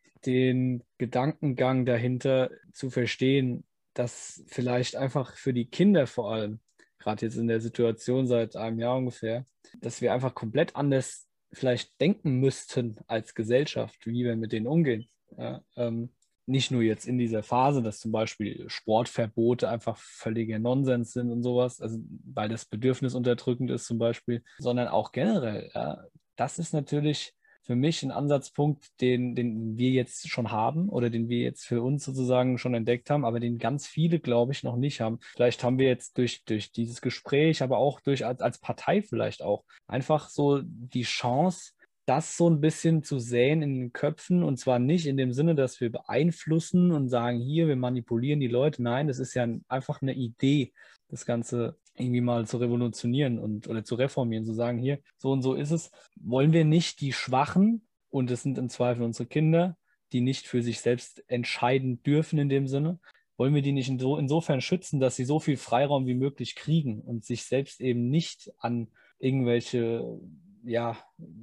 [SPEAKER 4] den Gedankengang dahinter zu verstehen, dass vielleicht einfach für die Kinder vor allem, gerade jetzt in der Situation seit einem Jahr ungefähr, dass wir einfach komplett anders vielleicht denken müssten als Gesellschaft, wie wir mit denen umgehen. Ja, ähm, nicht nur jetzt in dieser Phase, dass zum Beispiel Sportverbote einfach völliger Nonsens sind und sowas, also weil das Bedürfnis unterdrückend ist zum Beispiel, sondern auch generell. Ja, das ist natürlich für mich ein Ansatzpunkt, den, den wir jetzt schon haben oder den wir jetzt für uns sozusagen schon entdeckt haben, aber den ganz viele, glaube ich, noch nicht haben. Vielleicht haben wir jetzt durch, durch dieses Gespräch, aber auch durch als, als Partei vielleicht auch einfach so die Chance, das so ein bisschen zu säen in den Köpfen, und zwar nicht in dem Sinne, dass wir beeinflussen und sagen, hier, wir manipulieren die Leute. Nein, das ist ja einfach eine Idee, das Ganze irgendwie mal zu revolutionieren und oder zu reformieren, zu sagen, hier, so und so ist es. Wollen wir nicht die Schwachen, und das sind im Zweifel unsere Kinder, die nicht für sich selbst entscheiden dürfen in dem Sinne, wollen wir die nicht inso, insofern schützen, dass sie so viel Freiraum wie möglich kriegen und sich selbst eben nicht an irgendwelche, ja,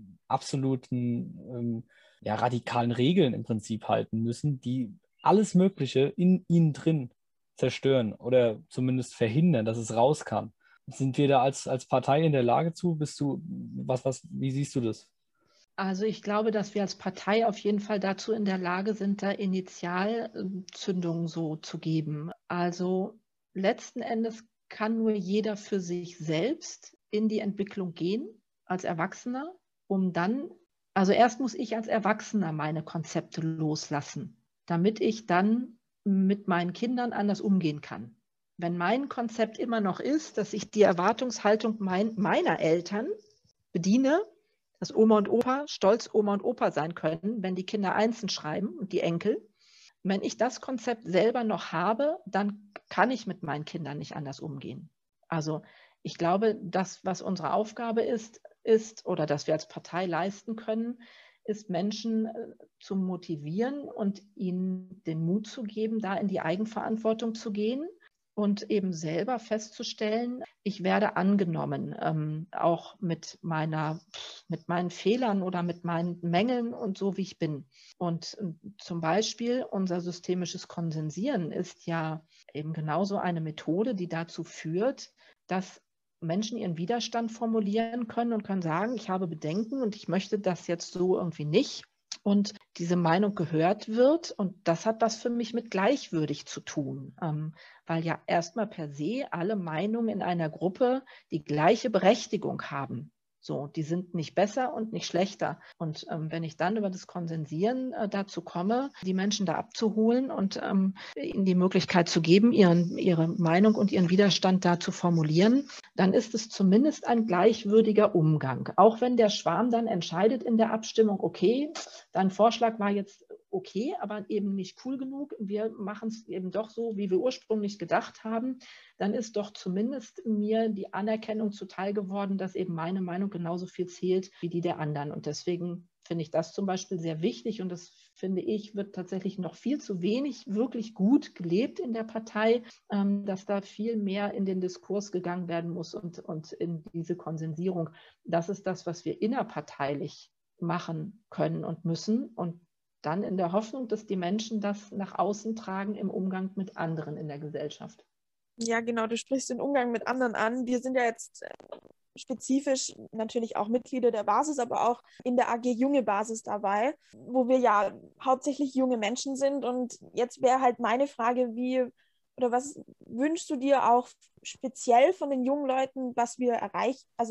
[SPEAKER 4] absoluten, ähm, ja, radikalen Regeln im Prinzip halten müssen, die alles Mögliche in ihnen drin zerstören oder zumindest verhindern, dass es raus kann. Sind wir da als, als Partei in der Lage zu? Bist du, was, was, wie siehst du das?
[SPEAKER 3] Also ich glaube, dass wir als Partei auf jeden Fall dazu in der Lage sind, da Initialzündungen so zu geben. Also letzten Endes kann nur jeder für sich selbst in die Entwicklung gehen, als Erwachsener, um dann, also erst muss ich als Erwachsener meine Konzepte loslassen, damit ich dann mit meinen Kindern anders umgehen kann. Wenn mein Konzept immer noch ist, dass ich die Erwartungshaltung mein, meiner Eltern bediene, dass Oma und Opa stolz Oma und Opa sein können, wenn die Kinder Einsen schreiben und die Enkel. Wenn ich das Konzept selber noch habe, dann kann ich mit meinen Kindern nicht anders umgehen. Also ich glaube, das, was unsere Aufgabe ist, ist oder dass wir als Partei leisten können, ist Menschen zu motivieren und ihnen den Mut zu geben, da in die Eigenverantwortung zu gehen und eben selber festzustellen, ich werde angenommen, ähm, auch mit meiner, mit meinen Fehlern oder mit meinen Mängeln und so, wie ich bin. Und äh, zum Beispiel unser systemisches Konsensieren ist ja eben genauso eine Methode, die dazu führt, dass Menschen ihren Widerstand formulieren können und können sagen, ich habe Bedenken und ich möchte das jetzt so irgendwie nicht. Und diese Meinung gehört wird. Und das hat was für mich mit gleichwürdig zu tun, ähm, weil ja erstmal per se alle Meinungen in einer Gruppe die gleiche Berechtigung haben. So, die sind nicht besser und nicht schlechter. Und ähm, wenn ich dann über das Konsensieren äh, dazu komme, die Menschen da abzuholen und ähm, ihnen die Möglichkeit zu geben, ihren, ihre Meinung und ihren Widerstand da zu formulieren, dann ist es zumindest ein gleichwürdiger Umgang. Auch wenn der Schwarm dann entscheidet in der Abstimmung, okay, dein Vorschlag war jetzt okay, aber eben nicht cool genug, wir machen es eben doch so, wie wir ursprünglich gedacht haben, dann ist doch zumindest mir die Anerkennung zuteil geworden, dass eben meine Meinung genauso viel zählt wie die der anderen. Und deswegen finde ich das zum Beispiel sehr wichtig und das finde ich, wird tatsächlich noch viel zu wenig wirklich gut gelebt in der Partei, ähm, dass da viel mehr in den Diskurs gegangen werden muss und, und in diese Konsensierung. Das ist das, was wir innerparteilich machen können und müssen und dann in der Hoffnung, dass die Menschen das nach außen tragen im Umgang mit anderen in der Gesellschaft.
[SPEAKER 2] Ja, genau, du sprichst den Umgang mit anderen an. Wir sind ja jetzt spezifisch natürlich auch Mitglieder der Basis, aber auch in der A G Junge Basis dabei, wo wir ja hauptsächlich junge Menschen sind. Und jetzt wäre halt meine Frage, wie oder was wünschst du dir auch speziell von den jungen Leuten, was wir erreichen, also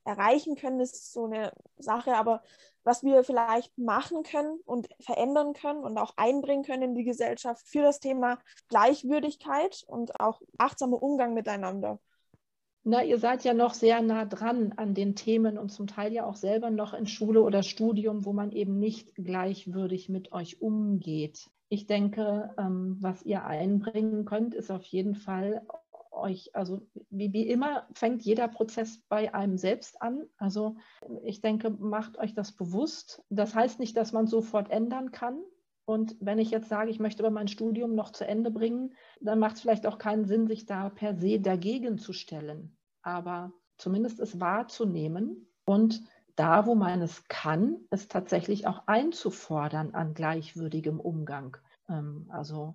[SPEAKER 2] erreichen können, ist so eine Sache, aber was wir vielleicht machen können und verändern können und auch einbringen können in die Gesellschaft für das Thema Gleichwürdigkeit und auch achtsamer Umgang miteinander.
[SPEAKER 3] Na, ihr seid ja noch sehr nah dran an den Themen und zum Teil ja auch selber noch in Schule oder Studium, wo man eben nicht gleichwürdig mit euch umgeht. Ich denke, ähm, was ihr einbringen könnt, ist auf jeden Fall euch, also wie, wie immer fängt jeder Prozess bei einem selbst an. Also ich denke, macht euch das bewusst. Das heißt nicht, dass man sofort ändern kann. Und wenn ich jetzt sage, ich möchte aber mein Studium noch zu Ende bringen, dann macht es vielleicht auch keinen Sinn, sich da per se dagegen zu stellen. Aber zumindest es wahrzunehmen und da, wo man es kann, es tatsächlich auch einzufordern an gleichwürdigem Umgang. Ähm, also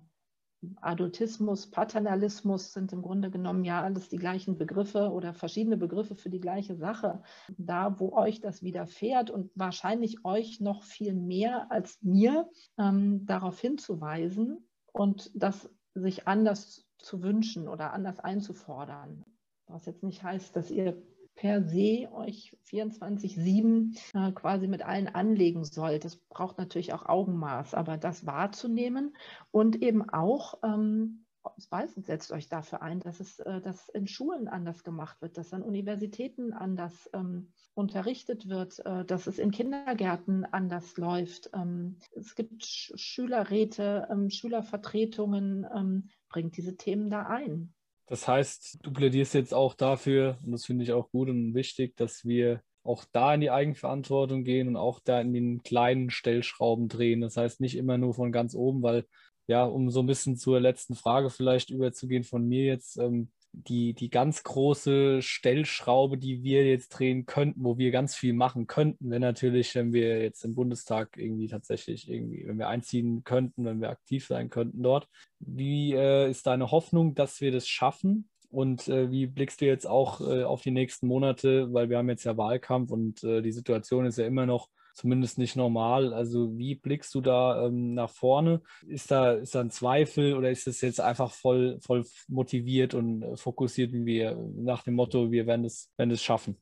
[SPEAKER 3] Adultismus, Paternalismus sind im Grunde genommen ja alles die gleichen Begriffe oder verschiedene Begriffe für die gleiche Sache. Da, wo euch das widerfährt und wahrscheinlich euch noch viel mehr als mir, ähm, darauf hinzuweisen und das sich anders zu wünschen oder anders einzufordern. Was jetzt nicht heißt, dass ihr per se euch vierundzwanzig sieben äh, quasi mit allen anlegen sollt. Das braucht natürlich auch Augenmaß, aber das wahrzunehmen und eben auch, ähm, meistens setzt euch dafür ein, dass es äh, dass in Schulen anders gemacht wird, dass an Universitäten anders ähm, unterrichtet wird, äh, dass es in Kindergärten anders läuft. Ähm, es gibt Sch Schülerräte, ähm, Schülervertretungen, ähm, bringt diese Themen da ein.
[SPEAKER 4] Das heißt, du plädierst jetzt auch dafür, und das finde ich auch gut und wichtig, dass wir auch da in die Eigenverantwortung gehen und auch da in den kleinen Stellschrauben drehen. Das heißt nicht immer nur von ganz oben, weil, ja, um so ein bisschen zur letzten Frage vielleicht überzugehen von mir jetzt, ähm, die, die ganz große Stellschraube, die wir jetzt drehen könnten, wo wir ganz viel machen könnten, wäre natürlich, wenn wir jetzt im Bundestag irgendwie tatsächlich irgendwie, wenn wir einziehen könnten, wenn wir aktiv sein könnten dort. Wie äh, ist deine Hoffnung, dass wir das schaffen? Und äh, wie blickst du jetzt auch äh, auf die nächsten Monate? Weil wir haben jetzt ja Wahlkampf und äh, die Situation ist ja immer noch zumindest nicht normal. Also wie blickst du da ähm, nach vorne? Ist da, ist da ein Zweifel oder ist es jetzt einfach voll, voll motiviert und äh, fokussiert, wie wir nach dem Motto, wir werden es, werden es schaffen?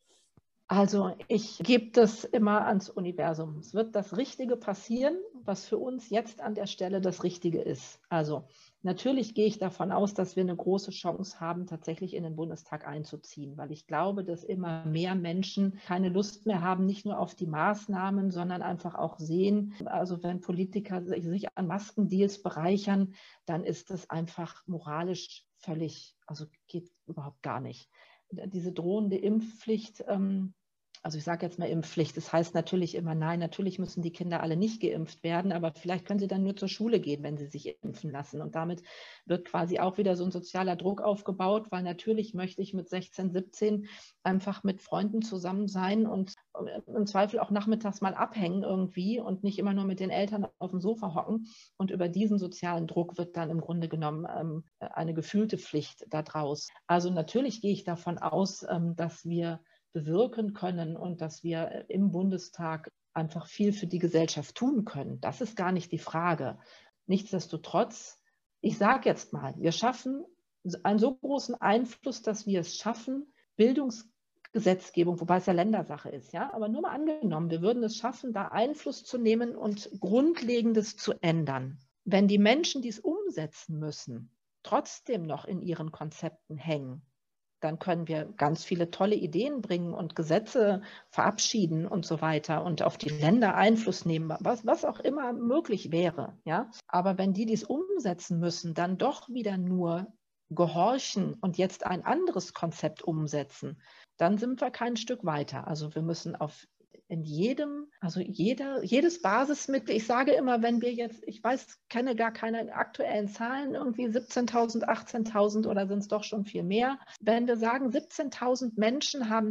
[SPEAKER 3] Also ich gebe das immer ans Universum. Es wird das Richtige passieren, was für uns jetzt an der Stelle das Richtige ist. Also natürlich gehe ich davon aus, dass wir eine große Chance haben, tatsächlich in den Bundestag einzuziehen, weil ich glaube, dass immer mehr Menschen keine Lust mehr haben, nicht nur auf die Maßnahmen, sondern einfach auch sehen, also wenn Politiker sich an Maskendeals bereichern, dann ist das einfach moralisch völlig, also geht überhaupt gar nicht. Diese drohende Impfpflicht, ähm, also ich sage jetzt mal Impfpflicht, das heißt natürlich immer, nein, natürlich müssen die Kinder alle nicht geimpft werden, aber vielleicht können sie dann nur zur Schule gehen, wenn sie sich impfen lassen. Und damit wird quasi auch wieder so ein sozialer Druck aufgebaut, weil natürlich möchte ich mit sechzehn, siebzehn einfach mit Freunden zusammen sein und im Zweifel auch nachmittags mal abhängen irgendwie und nicht immer nur mit den Eltern auf dem Sofa hocken. Und über diesen sozialen Druck wird dann im Grunde genommen ähm, eine gefühlte Pflicht daraus. Also natürlich gehe ich davon aus, ähm, dass wir bewirken können und dass wir im Bundestag einfach viel für die Gesellschaft tun können. Das ist gar nicht die Frage. Nichtsdestotrotz, ich sage jetzt mal, wir schaffen einen so großen Einfluss, dass wir es schaffen, Bildungsgesetzgebung, wobei es ja Ländersache ist, ja, aber nur mal angenommen, wir würden es schaffen, da Einfluss zu nehmen und Grundlegendes zu ändern. Wenn die Menschen, die es umsetzen müssen, trotzdem noch in ihren Konzepten hängen, dann können wir ganz viele tolle Ideen bringen und Gesetze verabschieden und so weiter und auf die Länder Einfluss nehmen, was, was auch immer möglich wäre. Ja? Aber wenn die dies umsetzen müssen, dann doch wieder nur gehorchen und jetzt ein anderes Konzept umsetzen, dann sind wir kein Stück weiter. Also wir müssen auf in jedem, also jeder, jedes Basismittel, ich sage immer, wenn wir jetzt, ich weiß, kenne gar keine aktuellen Zahlen, irgendwie siebzehntausend, achtzehntausend oder sind es doch schon viel mehr. Wenn wir sagen, siebzehntausend Menschen haben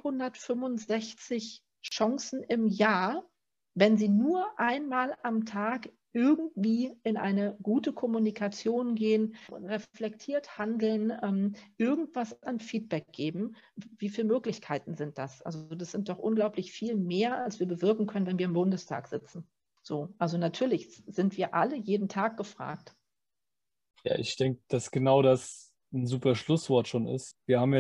[SPEAKER 3] dreihundertfünfundsechzig Chancen im Jahr, wenn sie nur einmal am Tag irgendwie in eine gute Kommunikation gehen, reflektiert handeln, ähm, irgendwas an Feedback geben. Wie viele Möglichkeiten sind das? Also das sind doch unglaublich viel mehr, als wir bewirken können, wenn wir im Bundestag sitzen. So, also natürlich sind wir alle jeden Tag gefragt.
[SPEAKER 4] Ja, ich denke, dass genau das ein super Schlusswort schon ist. Wir haben jetzt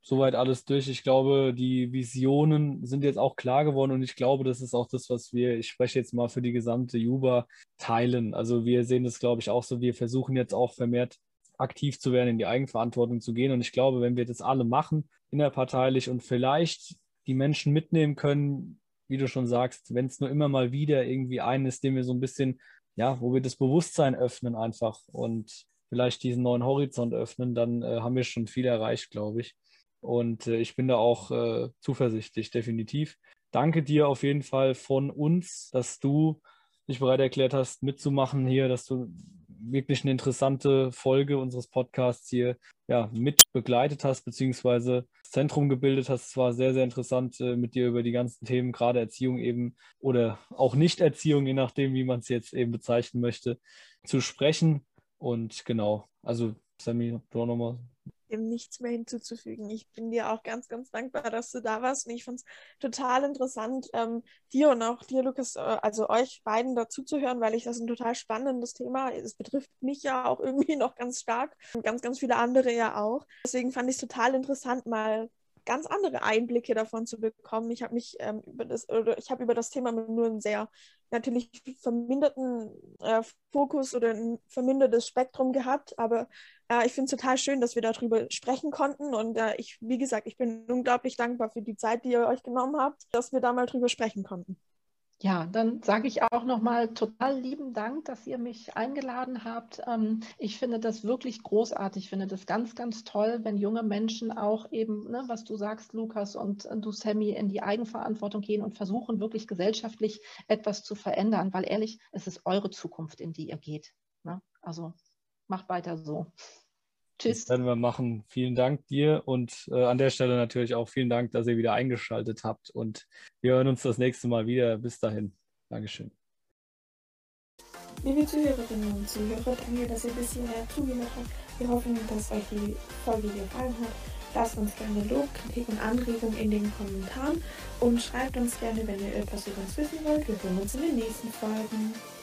[SPEAKER 4] soweit alles durch. Ich glaube, die Visionen sind jetzt auch klar geworden und ich glaube, das ist auch das, was wir, ich spreche jetzt mal für die gesamte Juba, teilen. Also wir sehen das, glaube ich, auch so. Wir versuchen jetzt auch vermehrt aktiv zu werden, in die Eigenverantwortung zu gehen. Und ich glaube, wenn wir das alle machen, innerparteilich und vielleicht die Menschen mitnehmen können, wie du schon sagst, wenn es nur immer mal wieder irgendwie einen ist, den wir so ein bisschen, ja, wo wir das Bewusstsein öffnen einfach und vielleicht diesen neuen Horizont öffnen, dann äh, haben wir schon viel erreicht, glaube ich. Und äh, ich bin da auch äh, zuversichtlich, definitiv. Danke dir auf jeden Fall von uns, dass du dich bereit erklärt hast, mitzumachen hier, dass du wirklich eine interessante Folge unseres Podcasts hier ja, mit begleitet hast, beziehungsweise das Zentrum gebildet hast. Es war sehr, sehr interessant, äh, mit dir über die ganzen Themen, gerade Erziehung eben oder auch Nicht-Erziehung, je nachdem, wie man es jetzt eben bezeichnen möchte, zu sprechen. Und genau, also Sammy, du auch nochmal.
[SPEAKER 2] Dem nichts mehr hinzuzufügen. Ich bin dir auch ganz, ganz dankbar, dass du da warst und ich fand es total interessant, ähm, dir und auch dir, Lukas, äh, also euch beiden dazu zu hören, weil ich das ein total spannendes Thema, es betrifft mich ja auch irgendwie noch ganz stark und ganz, ganz viele andere ja auch. Deswegen fand ich es total interessant, mal ganz andere Einblicke davon zu bekommen. Ich habe mich ähm, über das, oder ich habe über das Thema mit nur einen sehr natürlich verminderten äh, Fokus oder ein vermindertes Spektrum gehabt, aber äh, ich finde es total schön, dass wir darüber sprechen konnten und äh, ich, wie gesagt, ich bin unglaublich dankbar für die Zeit, die ihr euch genommen habt, dass wir da mal drüber sprechen konnten.
[SPEAKER 3] Ja, dann sage ich auch nochmal total lieben Dank, dass ihr mich eingeladen habt. Ich finde das wirklich großartig, ich finde das ganz, ganz toll, wenn junge Menschen auch eben, ne, was du sagst, Lukas und du, Sammy, in die Eigenverantwortung gehen und versuchen, wirklich gesellschaftlich etwas zu verändern, weil ehrlich, es ist eure Zukunft, in die ihr geht. Ne? Also macht weiter so. Tschüss.
[SPEAKER 4] Das werden wir machen. Vielen Dank dir und äh, an der Stelle natürlich auch vielen Dank, dass ihr wieder eingeschaltet habt und wir hören uns das nächste Mal wieder. Bis dahin. Dankeschön.
[SPEAKER 2] Liebe Zuhörerinnen und Zuhörer, danke, dass ihr bis hierher zugehört habt. Wir hoffen, dass euch die Folge gefallen hat. Lasst uns gerne Lob, Kritik und Anregungen in den Kommentaren und schreibt uns gerne, wenn ihr etwas über uns wissen wollt. Wir hören uns in den nächsten Folgen.